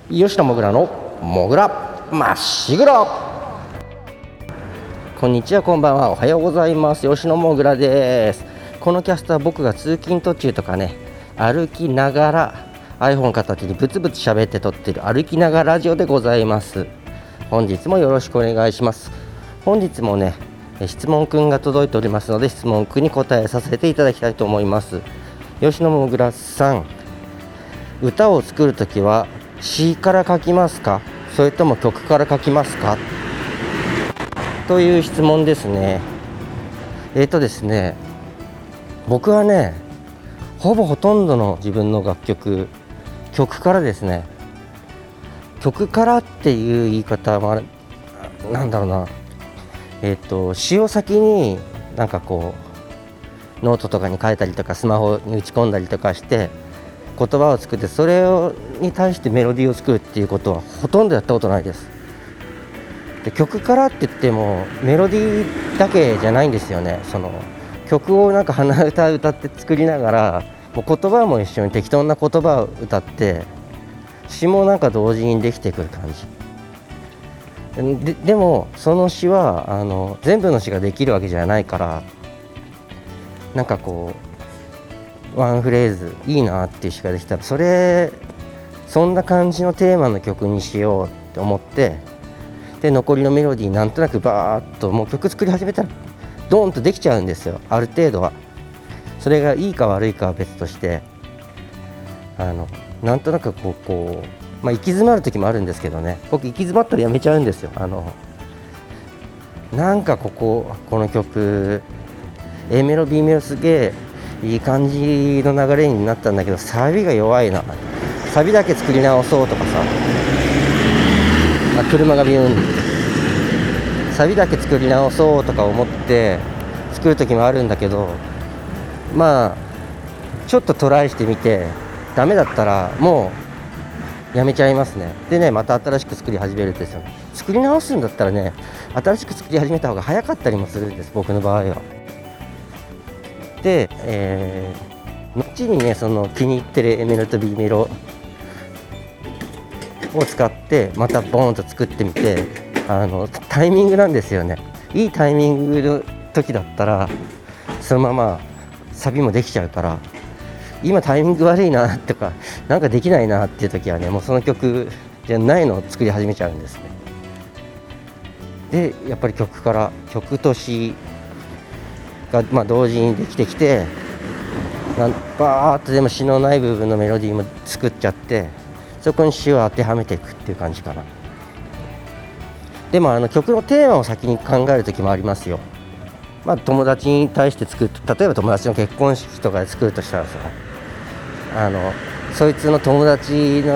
吉野もぐらのもぐらまっしぐら。こんにちは、こんばんは、おはようございます。吉野もぐらです。このキャストは僕が通勤途中とかね、歩きながら iPhone 片手にブツブツ喋って撮ってる歩きながらラジオでございます。本日もよろしくお願いします。本日もね、質問くんが届いておりますので、質問くんに答えさせていただきたいと思います。吉野もぐらさん、歌を作るときは詩から書きますか、それとも曲から書きますか、という質問ですね。ですね、僕はね、ほとんどの自分の楽曲からですね。曲からっていう言い方はなんだろうな、詩を先になんかこうノートとかに書いたりとかスマホに打ち込んだりとかして言葉を作って、それに対してメロディーを作るっていうことはほとんどやったことないです。で、曲からって言ってもメロディーだけじゃないんですよね。その曲をなんか鼻歌歌って作りながら、もう言葉も一緒に適当な言葉を歌って詩もなんか同時にできてくる感じ でもその詩は全部の詩ができるわけじゃないから、なんかこうワンフレーズいいなっていう詩ができたら、そんな感じのテーマの曲にしようって思って、で残りのメロディーなんとなくバーッと、もう曲作り始めたらドーンとできちゃうんですよ、ある程度は。それがいいか悪いかは別として、なんとなくこう、行き詰まる時もあるんですけどね、僕行き詰まったらやめちゃうんですよ。なんかこの曲 A メロ B メロすげえいい感じの流れになったんだけど、サビが弱いな、サビだけ作り直そうとかさ、車がビューン、サビだけ作り直そうとか思って作る時もあるんだけど、ちょっとトライしてみてダメだったらもうやめちゃいますね。でね、また新しく作り始めるんですよ。作り直すんだったらね、新しく作り始めた方が早かったりもするんです、僕の場合は。で、後にね、その気に入ってる A メロと B メロを使ってまたボーンと作ってみて、タイミングなんですよね。いいタイミングの時だったらそのままサビもできちゃうから、今タイミング悪いなとかなんかできないなっていう時はね、もうその曲じゃないのを作り始めちゃうんですね。でやっぱり曲と詩が同時にできてきて、バーッとでも詩のない部分のメロディーも作っちゃって、そこに詩を当てはめていくっていう感じかな。でも曲のテーマを先に考える時もありますよ。友達に対して作る、例えば友達の結婚式とかで作るとしたらさ、そいつの友達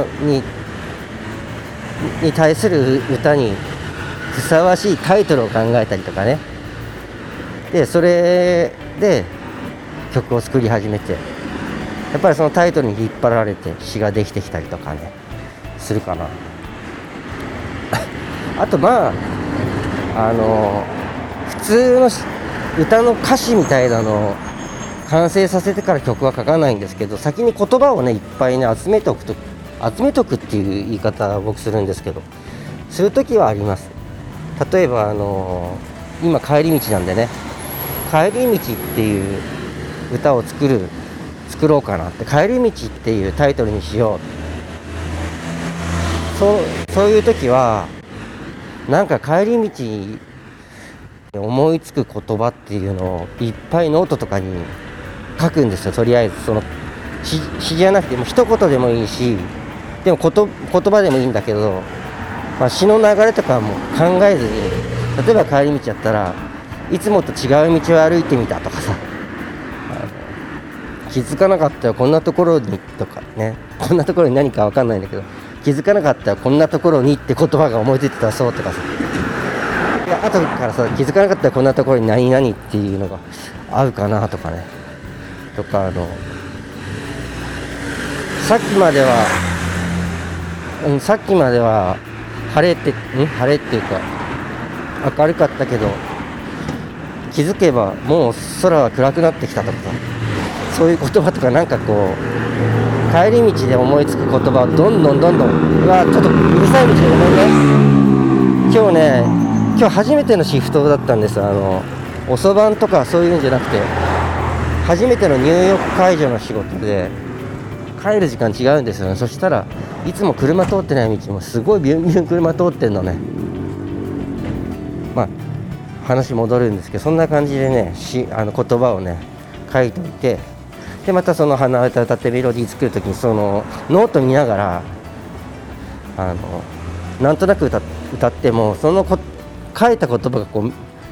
に対する歌にふさわしいタイトルを考えたりとかね。でそれで曲を作り始めて、やっぱりそのタイトルに引っ張られて詩ができてきたりとかねするかな。あと普通の歌の歌詞みたいなのを完成させてから曲は書かないんですけど、先に言葉をねいっぱいね集めとくっていう言い方は僕するんですけど、する時はあります。例えば今帰り道なんでね、帰り道っていう歌を作ろうかなって、帰り道っていうタイトルにしよう、そういう時はなんか帰り道に思いつく言葉っていうのをいっぱいノートとかに書くんですよ。とりあえずその詩じゃなくても一言でもいいし、でも言葉でもいいんだけど、詩の流れとかはもう考えずに、例えば帰り道だったらいつもと違う道を歩いてみたとかさ、気づかなかったよこんなところにとかね、こんなところに何か分かんないんだけど、気づかなかったよこんなところにって言葉が思いついてたらそうとかさ、いや後からさ、気づかなかったよこんなところに何々っていうのが合うかなとかね、とかさっきまでは晴れっていうか明るかったけど、気づけばもう空は暗くなってきたとか、そういう言葉とかなんかこう帰り道で思いつく言葉をどんどんちょっとうるさい道でごめんね。今日初めてのシフトだったんです。遅番とかそういうんじゃなくて、初めての入浴介助の仕事で帰る時間違うんですよね。そしたらいつも車通ってない道もすごいビュンビュン車通ってんのね。話戻るんですけど、そんな感じでね、言葉をね書いておいて、でまたその鼻歌歌ってメロディー作るときにそのノート見ながらなんとなく歌っても、その書いた言葉がこう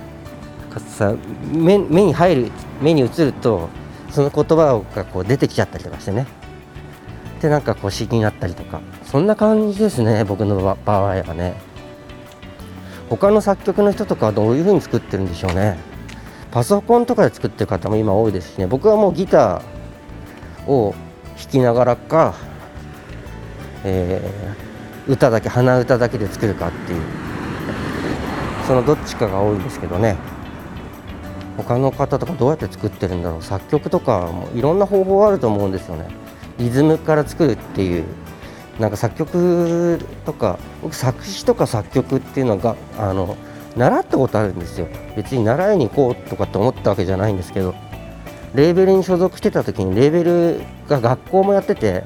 目に映ると、その言葉がこう出てきちゃったりとかしてね、でなんかこう詩になったりとか、そんな感じですね、僕の場合はね。他の作曲の人とかはどういう風に作ってるんでしょうね。パソコンとかで作ってる方も今多いですしね。僕はもうギターを弾きながらか、鼻歌だけで作るかっていう、そのどっちかが多いんですけどね。他の方とかどうやって作ってるんだろう。作曲とかもいろんな方法あると思うんですよね。リズムから作るっていう、なんか作曲とか、僕作詞とか作曲っていうのが習ったことあるんですよ。別に習いに行こうとかって思ったわけじゃないんですけど、レーベルに所属してた時にレーベルが学校もやってて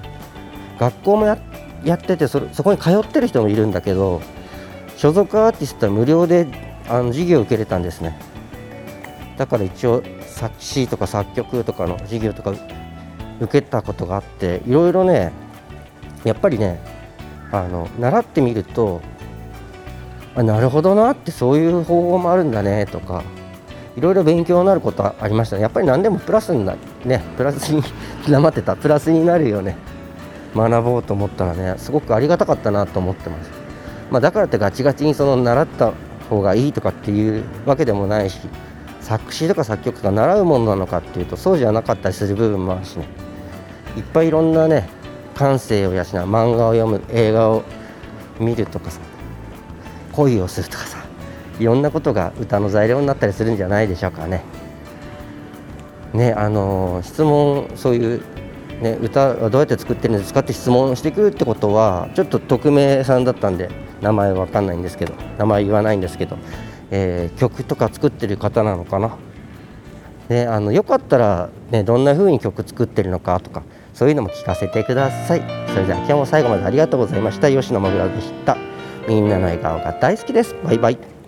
そこに通ってる人もいるんだけど、所属アーティストは無料で授業を受けれたんですね。だから一応作詞とか作曲とかの授業とか受けたことがあって、いろいろねやっぱりね習ってみると、なるほどなって、そういう方法もあるんだねとか、いろいろ勉強になることはありましたね。やっぱり何でもプラスになるね、プラスにプラスになるよね。学ぼうと思ったらね、すごくありがたかったなと思ってます。だからってガチガチに習った方がいいとかっていうわけでもないし、作詞とか作曲が習うものなのかっていうとそうじゃなかったりする部分もあるしね。いっぱいいろんなね感性を養う、漫画を読む、映画を見るとかさ、恋をするとかさ、いろんなことが歌の材料になったりするんじゃないでしょうかね。質問、そういうね、歌はどうやって作ってるんですかって質問してくるってことは、ちょっと匿名さんだったんで名前わかんないんですけど、名前言わないんですけど、曲とか作ってる方なのかな、ね、よかったら、ね、どんな風に曲作ってるのかとか、そういうのも聞かせてください。それでは今日も最後までありがとうございました。吉野もぐらでした。みんなの笑顔が大好きです。バイバイ。